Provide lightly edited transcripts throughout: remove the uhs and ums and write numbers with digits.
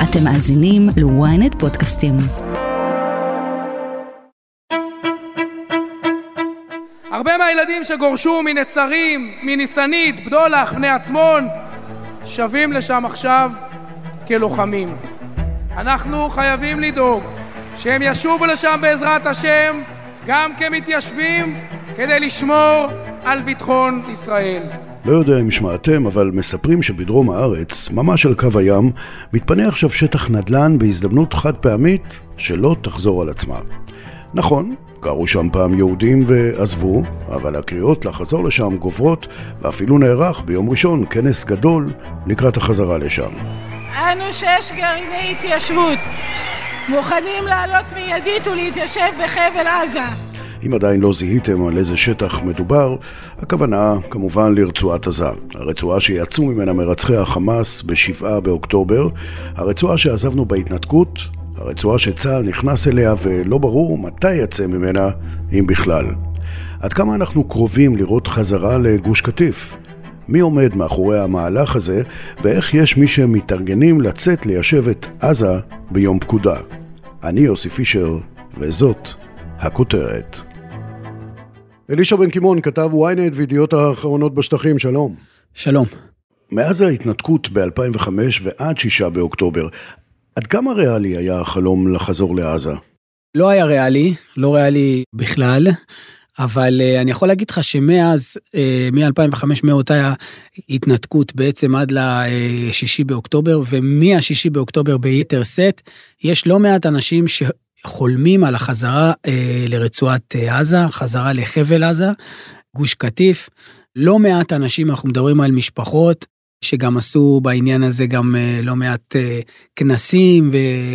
אתם מאזינים ל-ynet פודקאסטים. הרבה מהילדים שגורשו מנצרים, מניסנית, בדולח, בני עצמון, שווים לשם עכשיו כלוחמים. אנחנו חייבים לדאוג שהם ישובו לשם בעזרת השם, גם כמתיישבים, כדי לשמור על ביטחון ישראל. לא יודע אם שמעתם, אבל מספרים שבדרום הארץ, ממש על קו הים, מתפנה עכשיו שטח נדל"ן בהזדמנות חד פעמית שלא תחזור על עצמה. נכון, גרו שם פעם יהודים ועזבו, אבל הקריאות לחזור לשם גוברות, ואפילו נערך ביום ראשון כנס גדול לקראת החזרה לשם. אנו 6 גרעיני התיישבות, מוכנים לעלות מיידית ולהתיישב בחבל עזה. אם עדיין לא זיהיתם על איזה שטח מדובר, הכוונה כמובן לרצועת עזה. הרצועה שיצאו ממנה מרצחי החמאס ב7 באוקטובר, הרצועה שעזבנו בהתנתקות, הרצועה שצה"ל נכנס אליה ולא ברור מתי יצא ממנה, אם בכלל. עד כמה אנחנו קרובים לראות חזרה לגוש קטיף? מי עומד מאחורי המהלך הזה, ואיך יש מי שמתארגנים לצאת ליישב את עזה ביום פקודה? אני יוסי פישר, וזאת הכותרת. אלישע בן קימון, כתב ynet וידיעות האחרונות בשטחים, שלום. שלום. מאז ההתנתקות ב-2005 ועד 6 באוקטובר, עד כמה ריאלי היה החלום לחזור לעזה? לא היה ריאלי, לא ריאלי בכלל, אבל אני יכול להגיד לך שמאז, מ-2005, מאותה התנתקות בעצם עד ל-6 באוקטובר, ומ-6 באוקטובר ביתר סט, יש לא מעט אנשים שחולמים על החזרה לרצועת עזה, חזרה לחבל עזה, גוש קטיף. לא מעט אנשים, אנחנו מדברים על משפחות, שגם עשו בעניין הזה גם לא מעט כנסים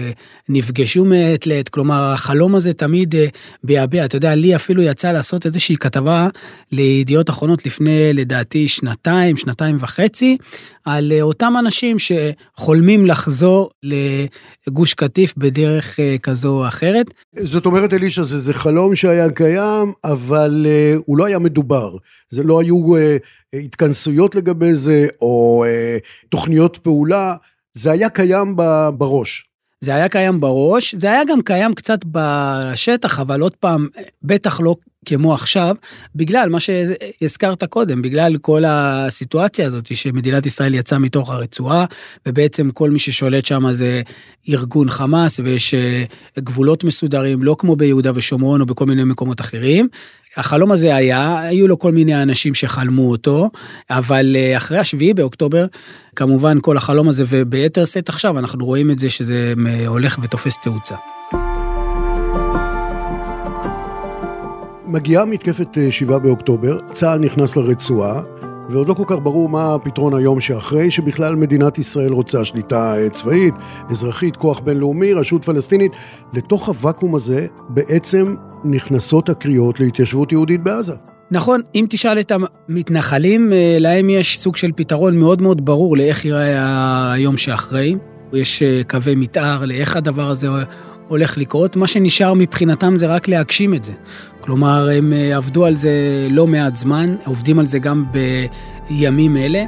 ונפגשו מעת לעת, כלומר החלום הזה תמיד ביאבע. אתה יודע, לי אפילו יצא לעשות איזושהי כתבה לידיעות אחרונות לפני לדעתי שנתיים וחצי, על אותם אנשים שחולמים לחזור לגוש קטיף בדרך כזו או אחרת. זאת אומרת אלישע, זה חלום שהיה קיים, אבל הוא לא היה מדובר. זה לא היו התכנסויות לגבי זה, או תוכניות פעולה, זה היה קיים בראש. זה היה קיים בראש, זה היה גם קיים קצת בשטח, אבל עוד פעם, בטח לא כמו עכשיו, בגלל מה שהזכרת קודם, בגלל כל הסיטואציה הזאת, שמדינת ישראל יצאה מתוך הרצועה, ובעצם כל מי ששולט שם זה ארגון חמאס, ויש גבולות מסודרים, לא כמו ביהודה ושומרון, או בכל מיני מקומות אחרים. החלום הזה היו לו כל מיני אנשים שחלמו אותו, אבל אחרי 7 באוקטובר, כמובן כל החלום הזה, וביתר סט עכשיו, אנחנו רואים את זה שזה הולך ותופס תאוצה. מגיעה מתקפת 7 באוקטובר, צה"ל נכנס לרצועה, ועוד לא כל כך ברור מה הפתרון היום שאחרי, שבכלל מדינת ישראל רוצה שליטה צבאית, אזרחית, כוח בינלאומי, רשות פלסטינית. לתוך הוואקום הזה בעצם נכנסות הקריאות להתיישבות יהודית בעזה. נכון, אם תשאל את המתנחלים, להם יש סוג של פתרון מאוד מאוד ברור לאיך ייראה היום שאחרי. יש קווי מתאר לאיך הדבר הזה הולך לקרות. מה שנשאר מבחינתם זה רק להגשים את זה. כלומר, הם עבדו על זה לא מעט זמן, עובדים על זה גם בימים אלה,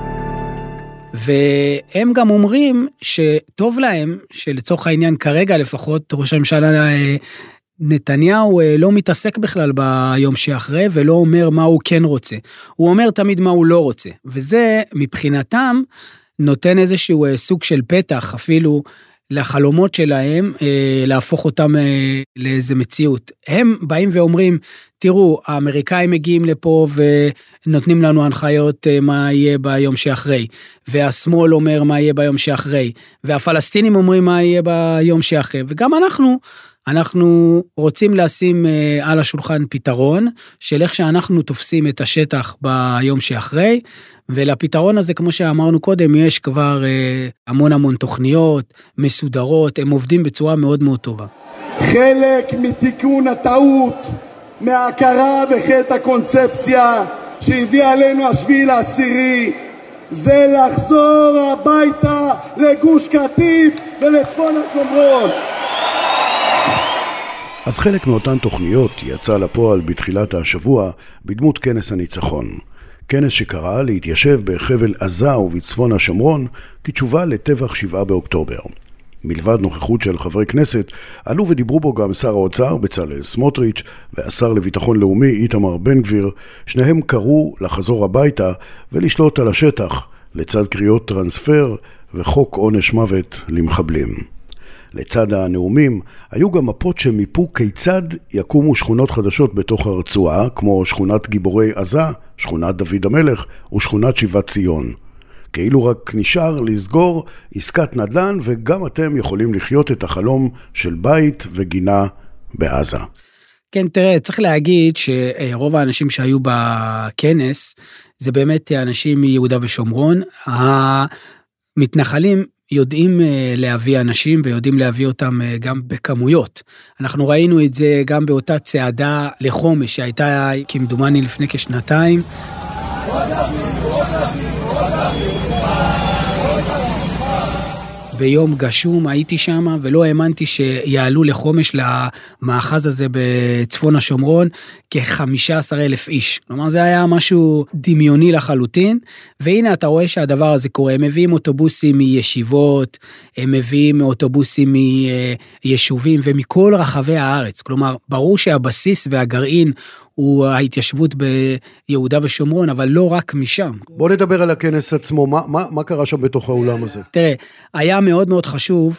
והם גם אומרים שטוב להם, שלצורך העניין כרגע לפחות, ראש הממשלה נתניהו לא מתעסק בכלל ביום שאחרי, ולא אומר מה הוא כן רוצה. הוא אומר תמיד מה הוא לא רוצה, וזה מבחינתם נותן איזשהו סוג של פתח, אפילו לחלומות שלהם, להפוך אותם לאיזה מציאות. הם באים ואומרים, תראו, האמריקאים מגיעים לפה ונותנים לנו הנחיות מה יהיה ביום שאחרי, והשמאל אומר מה יהיה ביום שאחרי, והפלסטינים אומרים מה יהיה ביום שאחרי, וגם אנחנו רוצים לשים על השולחן פתרון, של איך שאנחנו תופסים את השטח ביום שאחרי, ולפתרון הזה, כמו שאמרנו קודם, יש כבר המון תוכניות מסודרות, הם עובדים בצורה מאוד מאוד טובה. חלק מתיקון הטעות, מההכרה בחטא הקונספציה שהביא עלינו 7/10, זה לחזור הביתה לגוש קטיף ולצפון השומרון. אז חלק מאותן תוכניות יצא לפועל בתחילת השבוע בדמות כנס הניצחון. כנס שקרא להתיישב בחבל עזה ובצפון השומרון כתשובה לטבח 7 באוקטובר. מלבד נוכחות של חברי כנסת, עלו ודיברו בו גם שר האוצר בצלאל סמוטריץ' והשר לביטחון לאומי איתמר בן גביר. שניהם קראו לחזור הביתה ולשלוט על השטח, לצד קריאות טרנספר וחוק עונש מוות למחבלים. לצד הנאומים היו גם מפות שמיפו כיצד יקומו שכונות חדשות בתוך הרצועה, כמו שכונת גיבורי עזה, שכונת דוד המלך ושכונת שיבת ציון. כאילו רק נשאר לסגור עסקת נדל"ן, וגם אתם יכולים לחיות את החלום של בית וגינה בעזה. כן, תראה, צריך להגיד שרוב האנשים שהיו בכנס, זה באמת אנשים מיהודה ושומרון. המתנחלים יודעים להביא אנשים ויודעים להביא אותם גם בכמויות. אנחנו ראינו את זה גם באותה צעדה לחומש שהייתה כמדומני לפני כשנתיים. ביום גשום הייתי שם ולא האמנתי שיעלו לחומש למאחז הזה בצפון השומרון כ-15,000 איש. כלומר זה היה משהו דמיוני לחלוטין, והנה אתה רואה שהדבר הזה קורה. הם מביאים אוטובוסים מישיבות, הם מביאים אוטובוסים מיישובים ומכל רחבי הארץ. כלומר ברור שהבסיס והגרעין הוא ההתיישבות ביהודה ושומרון, אבל לא רק משם. בוא נדבר על הכנס עצמו, מה קרה שם בתוך האולם הזה? תראה, היה מאוד מאוד חשוב,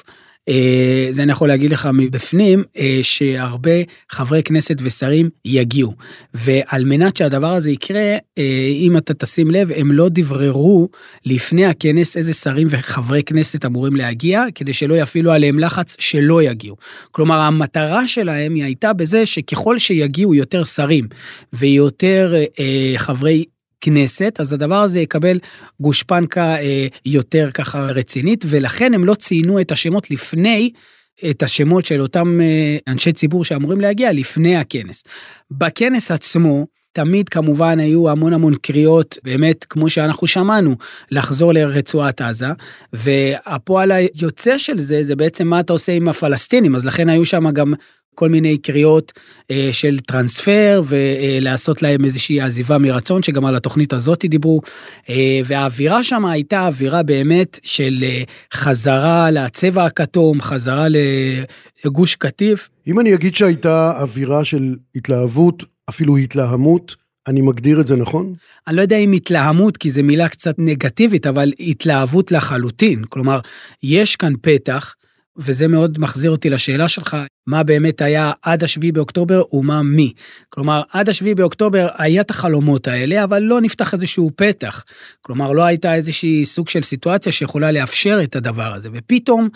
זה אני יכול להגיד לך מבפנים, שהרבה חברי כנסת ושרים יגיעו, ועל מנת שהדבר הזה יקרה, אם אתה תשים לב, הם לא דבררו לפני הכנס איזה שרים וחברי כנסת אמורים להגיע, כדי שלא יפעילו עליהם לחץ שלא יגיעו. כלומר, המטרה שלהם היא הייתה בזה שככל שיגיעו יותר שרים ויותר חברי כנסת, אז הדבר הזה יקבל גושפנקה יותר ככה רצינית, ולכן הם לא ציינו את השמות לפני, את השמות של אותם אנשי ציבור שאמורים להגיע לפני הכנס. בכנס עצמו, תמיד כמובן היו המון קריאות, באמת כמו שאנחנו שמענו, לחזור לרצועת עזה, והפועל היוצא של זה, זה בעצם מה אתה עושה עם הפלסטינים, אז לכן היו שם גם כל מיני קריאות של טרנספר, ולעשות להם איזושהי עזיבה מרצון, שגם על התוכנית הזאת דיברו, והאווירה שם הייתה אווירה באמת של חזרה לצבע הכתום, חזרה לגוש קטיף. אם אני אגיד שהייתה אווירה של התלהבות, אפילו התלהמות, אני מגדיר את זה נכון? אני לא יודע אם התלהמות, כי זו מילה קצת נגטיבית, אבל התלהבות לחלוטין. כלומר, יש כאן פתח, וזה מאוד מחזיר אותי לשאלה שלך, מה באמת היה עד השביעי באוקטובר ומה מי. כלומר, עד השביעי באוקטובר היה את החלומות האלה, אבל לא נפתח איזשהו פתח. כלומר, לא הייתה איזושהי סוג של סיטואציה שיכולה לאפשר את הדבר הזה. ופתאום,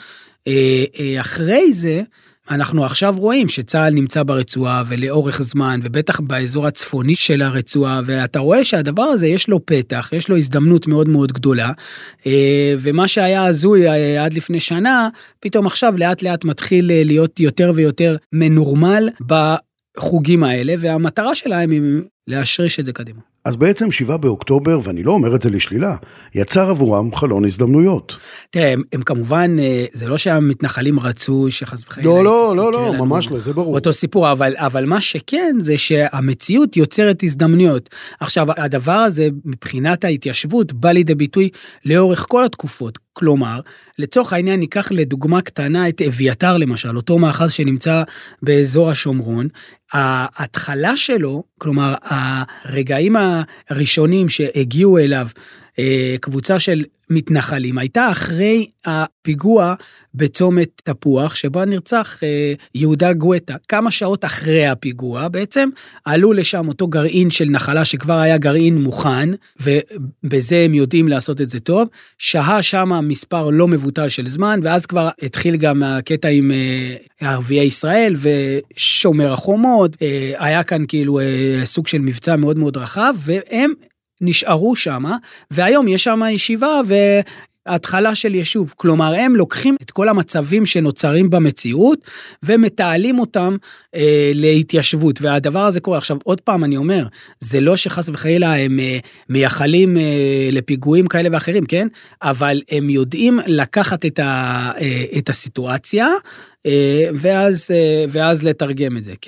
אחרי זה, אנחנו עכשיו רואים שצה"ל נמצא ברצועה ולאורך זמן, ובטח באזור הצפוני של הרצועה, ואתה רואה שהדבר הזה יש לו פתח, יש לו הזדמנות מאוד מאוד גדולה, ומה שהיה הזוי עד לפני שנה, פתאום עכשיו לאט לאט מתחיל להיות יותר ויותר מנורמל בחוגים האלה, והמטרה שלהם היא להשריש את זה קדימה. אז בעצם 7 באוקטובר, ואני לא אומר את זה לשלילה, יצר עבורם חלון הזדמנויות. תראה, הם כמובן, זה לא שהמתנחלים רצו שחס וחלילה... לא, ממש לא, זה ברור. אותו סיפור, אבל מה שכן זה שהמציאות יוצרת הזדמנויות. עכשיו, הדבר הזה מבחינת ההתיישבות בא לידי ביטוי לאורך כל התקופות. כלומר, לצורך העניין ניקח לדוגמה קטנה את אביתר למשל, אותו מאחז שנמצא באזור השומרון, ההתחלה שלו, כלומר הרגעים הראשונים שהגיעו אליו קבוצה של מתנחלים, הייתה אחרי הפיגוע בצומת תפוח, שבה נרצח יהודה גואטה. כמה שעות אחרי הפיגוע בעצם עלו לשם אותו גרעין של נחלה שכבר היה גרעין מוכן, ובזה הם יודעים לעשות את זה טוב, שהה שם מספר לא מבוטל של זמן, ואז כבר התחיל גם הקטע עם ערביי ישראל ושומר החומות, היה כאן כאילו סוג של מבצע מאוד מאוד רחב, והם נשארו שם, והיום יש שם ישיבה והתחלה של יישוב. כלומר, הם לוקחים את כל המצבים שנוצרים במציאות, ומתעלים אותם להתיישבות, והדבר הזה קורה. עכשיו, עוד פעם אני אומר, זה לא שחס וחלילה הם מייחלים לפיגועים כאלה ואחרים, כן? אבל הם יודעים לקחת את הסיטואציה, ואז לתרגם את זה, כן.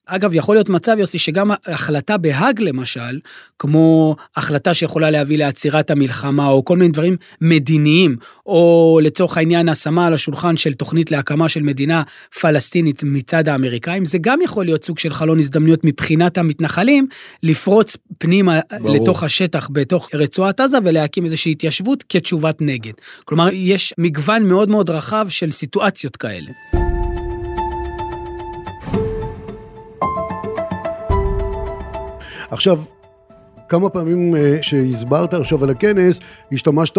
אגב, יכול להיות מצב, יוסי, שגם החלטה בהאג למשל, כמו החלטה שיכולה להביא לעצירת המלחמה, או כל מיני דברים מדיניים, או לצורך העניין השמה על השולחן של תוכנית להקמה של מדינה פלסטינית מצד האמריקאים, זה גם יכול להיות סוג של חלון הזדמנויות מבחינת המתנחלים, לפרוץ פנימה לתוך השטח, בתוך רצועת עזה, ולהקים איזושהי התיישבות כתשובת נגד. כלומר, יש מגוון מאוד מאוד רחב של סיטואציות כאלה. עכשיו, כמה פעמים שהסברת עכשיו על הכנס, השתמשת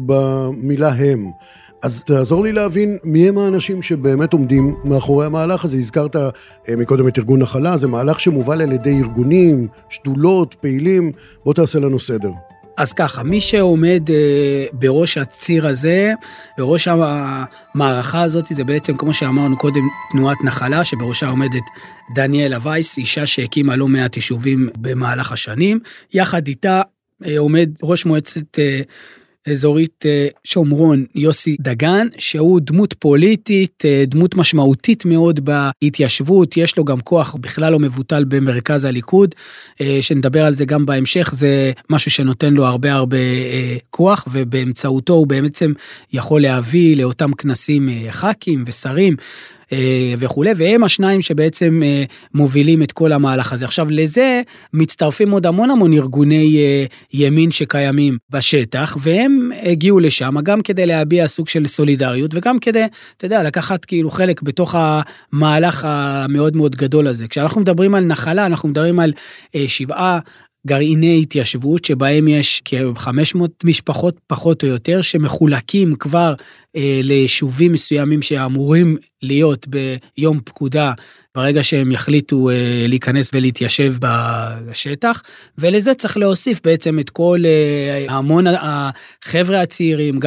במילה הם. אז תעזור לי להבין מי הם האנשים שבאמת עומדים מאחורי המהלך הזה. הזכרת מקודם את ארגון נחלה, זה מהלך שמובל על ידי ארגונים, שדולות, פעילים. בוא תעשה לנו סדר. אז ככה, מי שעומד בראש הציר הזה, בראש המערכה הזאת, זה בעצם, כמו שאמרנו קודם, תנועת נחלה, שבראשה עומדת דניאלה וייס, אישה שהקימה לא מעט יישובים במהלך השנים. יחד איתה עומד ראש מועצת אזורית שומרון, יוסי דגן, שהוא דמות פוליטית, דמות משמעותית מאוד בהתיישבות, יש לו גם כוח בכלל לא מבוטל במרכז הליכוד, שנדבר על זה גם בהמשך, זה משהו שנותן לו הרבה כוח, ובאמצעותו הוא בעצם יכול להביא לאותם כנסים ח"כים ושרים, וכולי, והם השניים שבעצם מובילים את כל המהלך הזה. עכשיו, לזה מצטרפים עוד המון ארגוני ימין שקיימים בשטח, והם הגיעו לשם גם כדי להביע סוג של סולידריות, וגם כדי, אתה יודע, לקחת כאילו חלק בתוך המהלך המאוד מאוד גדול הזה. כשאנחנו מדברים על נחלה, אנחנו מדברים על 7 גרעיני התיישבות, שבהם יש כ-500 משפחות פחות או יותר, שמחולקים כבר ליישובים מסוימים שאמורים להיות ביום פקודה, ברגע שהם יחליטו להיכנס ולהתיישב בשטח, ולזה צריך להוסיף בעצם את כל המון החבר'ה הצעירים,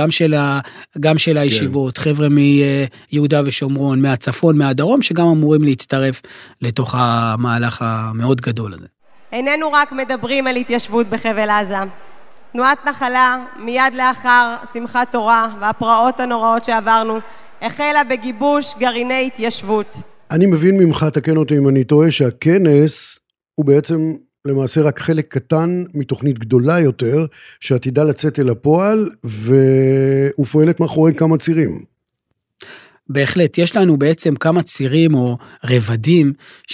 גם של הישיבות, חבר'ה מיהודה ושומרון, מהצפון, מהדרום, שגם אמורים להצטרף לתוך המהלך המאוד גדול הזה. איננו רק מדברים על התיישבות בחבל עזה. תנועת נחלה, מיד לאחר שמחת תורה והפרעות הנוראות שעברנו, החלה בגיבוש גרעיני התיישבות. אני מבין ממך, תקן אותי אם אני טועה, שהכנס הוא בעצם למעשה רק חלק קטן מתוכנית גדולה יותר, שעתידה לצאת אל הפועל, והוא פועלת מאחורי כמה צירים. בהחלט, יש לנו בעצם כמה צירים או רבדים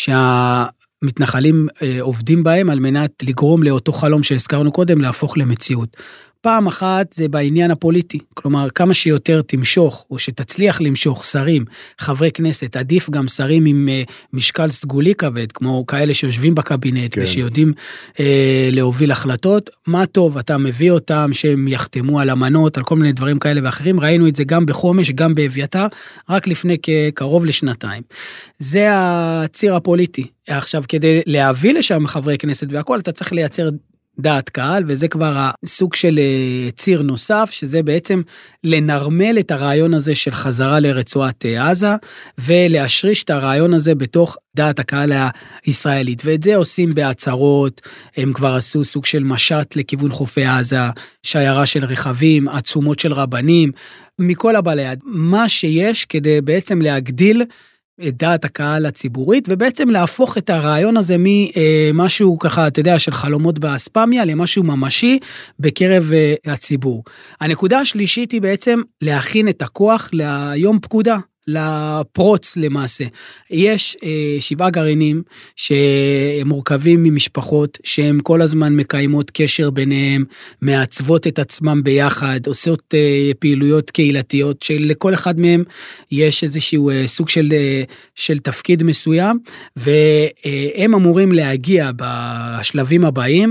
מתנחלים עובדים בהם על מנת לגרום לאותו חלום שהזכרנו קודם להפוך למציאות. פעם אחת זה בעניין הפוליטי, כלומר כמה שיותר תמשוך או שתצליח למשוך שרים, חברי כנסת, עדיף גם שרים עם משקל סגולי כבד, כמו כאלה שיושבים בקבינט כן. ושיודעים להוביל החלטות, מה טוב, אתה מביא אותם שהם יחתמו על אמנות, על כל מיני דברים כאלה ואחרים, ראינו את זה גם בחומש, גם באביתר, רק לפני כקרוב לשנתיים. זה הציר הפוליטי. עכשיו, כדי להביא לשם חברי כנסת והכל, אתה צריך לייצר דעת קהל, וזה כבר הסוג של ציר נוסף, שזה בעצם לנרמל את הרעיון הזה של חזרה לרצועת עזה, ולהשריש את הרעיון הזה בתוך דעת הקהל הישראלית, ואת זה עושים בהצהרות, הם כבר עשו סוג של משט לכיוון חופי עזה, שיירה של רכבים, עצומות של רבנים, מכל הבא ליד, מה שיש כדי בעצם להגדיל את דעת הקהל הציבורית, ובעצם להפוך את הרעיון הזה ממשהו ככה, אתה יודע, של חלומות באספמיה, למשהו ממשי בקרב הציבור. הנקודה השלישית היא בעצם להכין את הכוח ליום פקודה, לפרוץ למעשה. יש 7 גרעינים שמורכבים ממשפחות שהן כל הזמן מקיימות קשר ביניהם, מעצבות את עצמם ביחד, עושות פעילויות קהילתיות, שלכל אחד מהם יש איזשהו סוג של תפקיד מסוים, והם אמורים להגיע בשלבים הבאים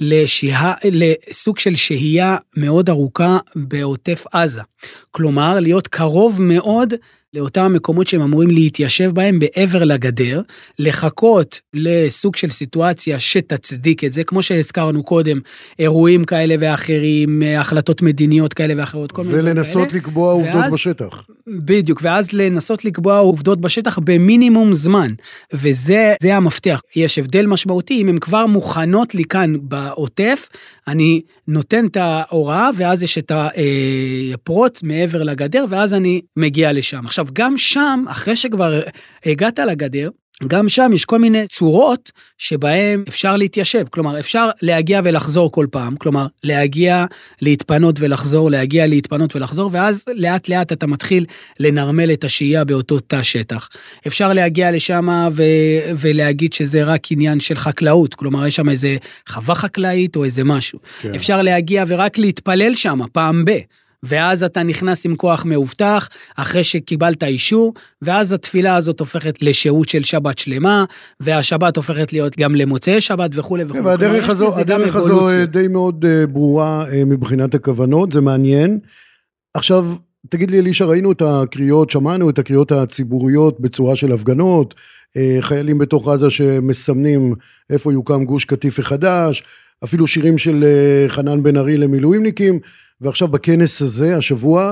לסוג של שהייה מאוד ארוכה בעוטף עזה. כלומר, להיות קרוב מאוד לאותם מקומות שהם אמורים להתיישב בהם בעבר לגדר, לחכות לסוג של סיטואציה שתצדיק את זה, כמו שהזכרנו קודם, אירועים כאלה ואחרים, החלטות מדיניות כאלה ואחרות, כל מיני כאלה. ולנסות לקבוע עובדות בשטח. בדיוק, ואז לנסות לקבוע עובדות בשטח במינימום זמן, וזה המפתח. יש הבדל משמעותי, אם הן כבר מוכנות לי כאן בעוטף, אני נותן את ההוראה, ואז יש את הפרוץ מעבר לגדר, ואז אני מגיע לשם. עכשיו, גם שם, אחרי שכבר הגעת לגדר, גם שם יש כל מיני צורות שבהם אפשר להתיישב, כלומר אפשר להגיע ולחזור כל פעם, כלומר להגיע להתפנות ולחזור, להגיע להתפנות ולחזור, ואז לאט לאט אתה מתחיל לנרמל את השהייה באותו תא שטח. אפשר להגיע לשם ולהגיד שזה רק עניין של חקלאות, כלומר יש שם איזה חווה חקלאית או איזה משהו. כן. אפשר להגיע ורק להתפלל שם פעם ואז אתה נכנס עם כוח מאובטח, אחרי שקיבלת אישור, ואז התפילה הזאת הופכת לשהות של שבת שלמה, והשבת הופכת להיות גם למוצאי שבת וכו' וכו'. והדרך הזו די מאוד ברורה מבחינת הכוונות, זה מעניין. עכשיו, תגיד לי אלישה, ראינו את הקריאות, שמענו את הקריאות הציבוריות בצורה של הפגנות, חיילים בתוך עזה שמסמנים איפה יוקם גוש קטיף החדש, אפילו שירים של חנן בן ארי למילואימניקים, ועכשיו בכנס הזה, השבוע,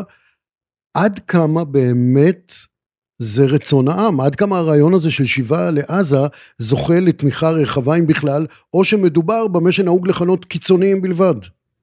עד כמה באמת זה רצון העם, עד כמה הרעיון הזה של שיבה לעזה זוכה לתמיכה רחבה אם בכלל, או שמדובר במה שנהוג לכנות קיצוניים בלבד.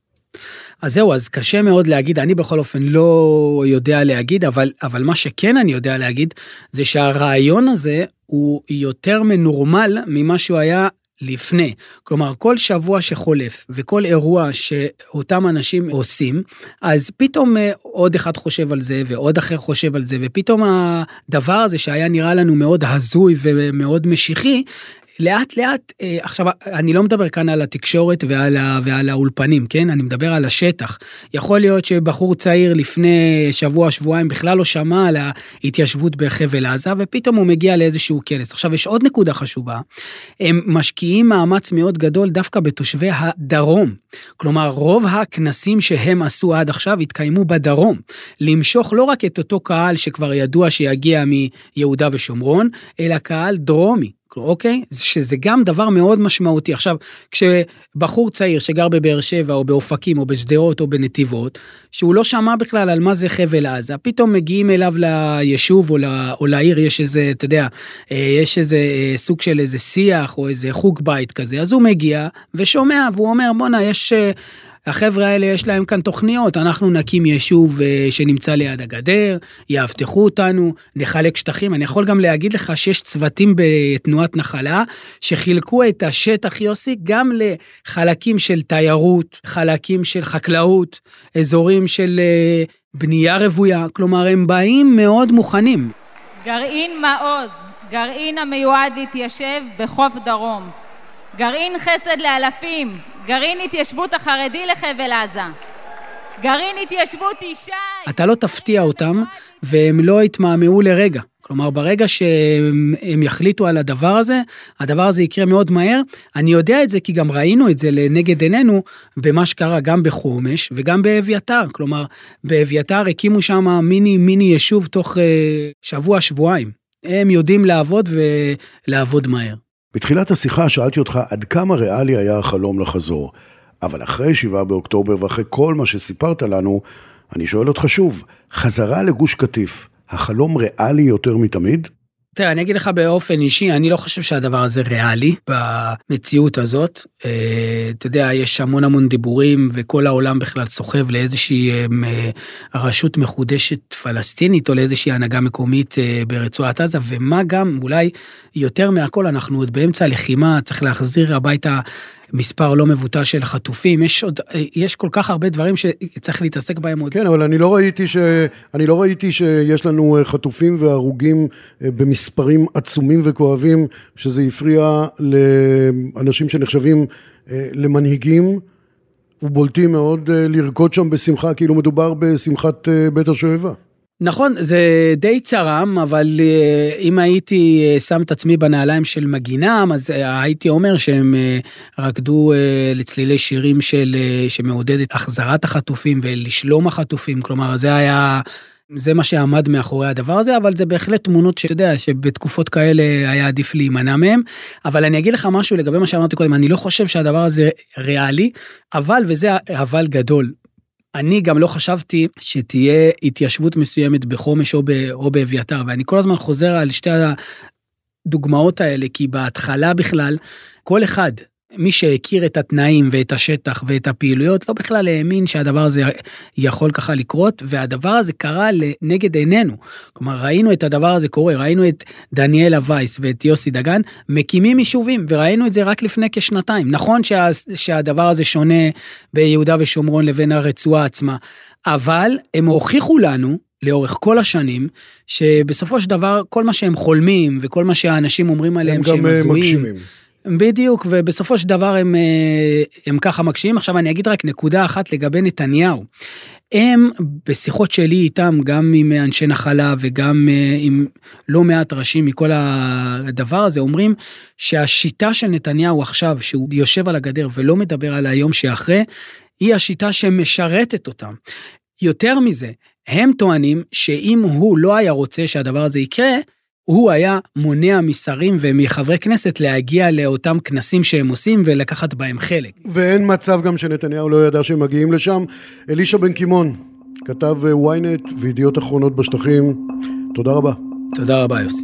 אז זהו, אז קשה מאוד להגיד, אני בכל אופן לא יודע להגיד, אבל מה שכן אני יודע להגיד, זה שהרעיון הזה הוא יותר מנורמל ממה שהוא היה לפני, כלומר כל שבוע שחולף וכל אירוע שאותם אנשים עושים, אז פתאום עוד אחד חושב על זה ועוד אחר חושב על זה, ופתאום הדבר הזה שהיה נראה לנו מאוד הזוי ומאוד משיחי, לאט לאט, עכשיו אני לא מדבר כאן על התקשורת ועל האולפנים, כן? אני מדבר על השטח. יכול להיות שבחור צעיר לפני שבוע, שבועיים בכלל לא שמע על ההתיישבות בחבל עזה, ופתאום הוא מגיע לאיזשהו כנס. עכשיו יש עוד נקודה חשובה, הם משקיעים מאמץ מאוד גדול דווקא בתושבי הדרום. כלומר, רוב הכנסים שהם עשו עד עכשיו התקיימו בדרום. למשוך לא רק את אותו קהל שכבר ידוע שיגיע מיהודה ושומרון, אלא קהל דרומי. אוקיי? שזה גם דבר מאוד משמעותי. עכשיו, כשבחור צעיר שגר בבאר שבע או באופקים או בשדרות או בנתיבות, שהוא לא שמע בכלל על מה זה חבל עזה, פתאום מגיעים אליו ליישוב או לעיר, יש איזה, אתה יודע, יש איזה סוג של איזה שיח או איזה חוג בית כזה, אז הוא מגיע ושומע והוא אומר, בונה, יש החבר'ה האלה יש להם כאן תוכניות, אנחנו נקים יישוב שנמצא ליד הגדר, יאבטחו אותנו, נחלק שטחים, אני יכול גם להגיד לך שיש צוותים בתנועת נחלה, שחילקו את השטח יוסי גם לחלקים של תיירות, חלקים של חקלאות, אזורים של בנייה רבויה, כלומר הם באים מאוד מוכנים. גרעין מעוז, גרעין המיועד להתיישב בחוף דרום, גרעין חסד לאלפים, גרעין התיישבות החרדי לחבל עזה, גרעין התיישבות אישה. אתה לא תפתיע אותם והם לא יתמהמהו לרגע. כלומר, ברגע שהם יחליטו על הדבר הזה יקרה מאוד מהר. אני יודע את זה כי גם ראינו את זה לנגד עינינו במה שקרה גם בחומש וגם באביתר. כלומר, באביתר הקימו שם מיני יישוב תוך שבוע-שבועיים. הם יודעים לעבוד ולעבוד מהר. בתחילת השיחה שאלתי אותך עד כמה ריאלי היה החלום לחזור, אבל אחרי 7 באוקטובר ואחרי כל מה שסיפרת לנו, אני שואל אותך שוב, חזרה לגוש קטיף, החלום ריאלי יותר מתמיד? תראה, אני אגיד לך באופן אישי, אני לא חושב שהדבר הזה ריאלי במציאות הזאת. אתה יודע, יש המון דיבורים, וכל העולם בכלל סוחב לאיזושהי רשות מחודשת פלסטינית, או לאיזושהי הנהגה מקומית ברצועת עזה, ומה גם, אולי יותר מהכל, אנחנו עוד באמצע הלחימה, צריך להחזיר הביתה מספר לא מבוטל של חטופים, יש כל כך הרבה דברים שצריך להתעסק בהם עוד. כן, אבל אני לא ראיתי שיש לנו חטופים והרוגים במספרים עצומים וכואבים, שזה הפריע לאנשים שנחשבים למנהיגים, ובולטים מאוד לרקוד שם בשמחה, כאילו מדובר בשמחת בית השואבה. נכון, זה די צרם, אבל אם הייתי שם את עצמי בנעליים של מגינם, אז הייתי אומר שהם רקדו לצלילי שירים שמעודד את החזרת החטופים ולשלום החטופים, כלומר זה מה שעמד מאחורי הדבר הזה, אבל זה בהחלט תמונות שאתה יודע, שבתקופות כאלה היה עדיף להימנע מהם, אבל אני אגיד לך משהו לגבי מה שאמרתי קודם, אני לא חושב שהדבר הזה ריאלי, וזה אבל גדול, אני גם לא חשבתי שתהיה התיישבות מסוימת בחומש או באביתר, ואני כל הזמן חוזר על שתי הדוגמאות האלה, כי בהתחלה בכלל, כל אחד מי שהכיר את התנאים ואת השטח ואת הפעילויות, לא בכלל האמין שהדבר הזה יכול ככה לקרות, והדבר הזה קרה לנגד עינינו. כלומר, ראינו את הדבר הזה קורה, ראינו את דניאלה וייס ואת יוסי דגן, מקימים יישובים, וראינו את זה רק לפני כשנתיים. נכון שהדבר הזה שונה ביהודה ושומרון לבין הרצועה עצמה, אבל הם הוכיחו לנו, לאורך כל השנים, שבסופו של דבר, כל מה שהם חולמים, וכל מה שהאנשים אומרים עליהם שהם מזוהים, בדיוק, ובסופו של דבר הם ככה מקשיבים. עכשיו אני אגיד רק נקודה אחת לגבי נתניהו. הם בשיחות שלי איתם, גם עם אנשי נחלה וגם עם לא מעט ראשים מכל הדבר הזה, אומרים שהשיטה של נתניהו עכשיו, שהוא יושב על הגדר ולא מדבר על היום שאחרי, היא השיטה שמשרתת אותם. יותר מזה, הם טוענים שאם הוא לא היה רוצה שהדבר הזה יקרה, הוא היה מונע משרים ומחברי כנסת להגיע לאותם כנסים שהם עושים ולקחת בהם חלק. ואין מצב גם שנתניהו לא ידע שהם מגיעים לשם. אלישע בן קימון, כתב ynet וידיעות אחרונות בשטחים. תודה רבה. תודה רבה יוסי.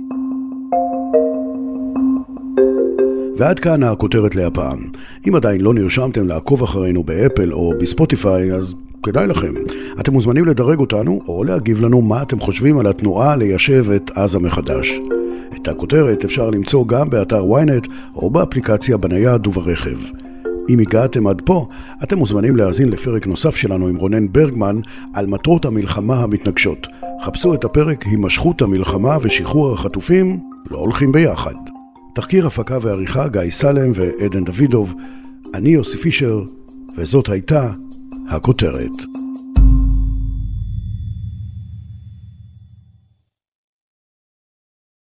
ועד כאן הכותרת להפעם. אם עדיין לא נרשמתם לעקוב אחרינו באפל או בספוטיפיי, אז כדאי לכם. אתם מוזמנים לדרג אותנו או להגיב לנו מה אתם חושבים על התנועה ליישב את עזה מחדש. את הכותרת אפשר למצוא גם באתר ynet או באפליקציה בנייד וברכב. אם הגעתם עד פה, אתם מוזמנים להאזין לפרק נוסף שלנו עם רונן ברגמן על מטרות המלחמה המתנגשות. חפשו את הפרק הימשכות המלחמה ושחרור החטופים לא הולכים ביחד. תחקיר הפקה ועריכה גיא סלם ועדן דוידוב. אני יוסי פישר, וזאת הייתה הכותרת.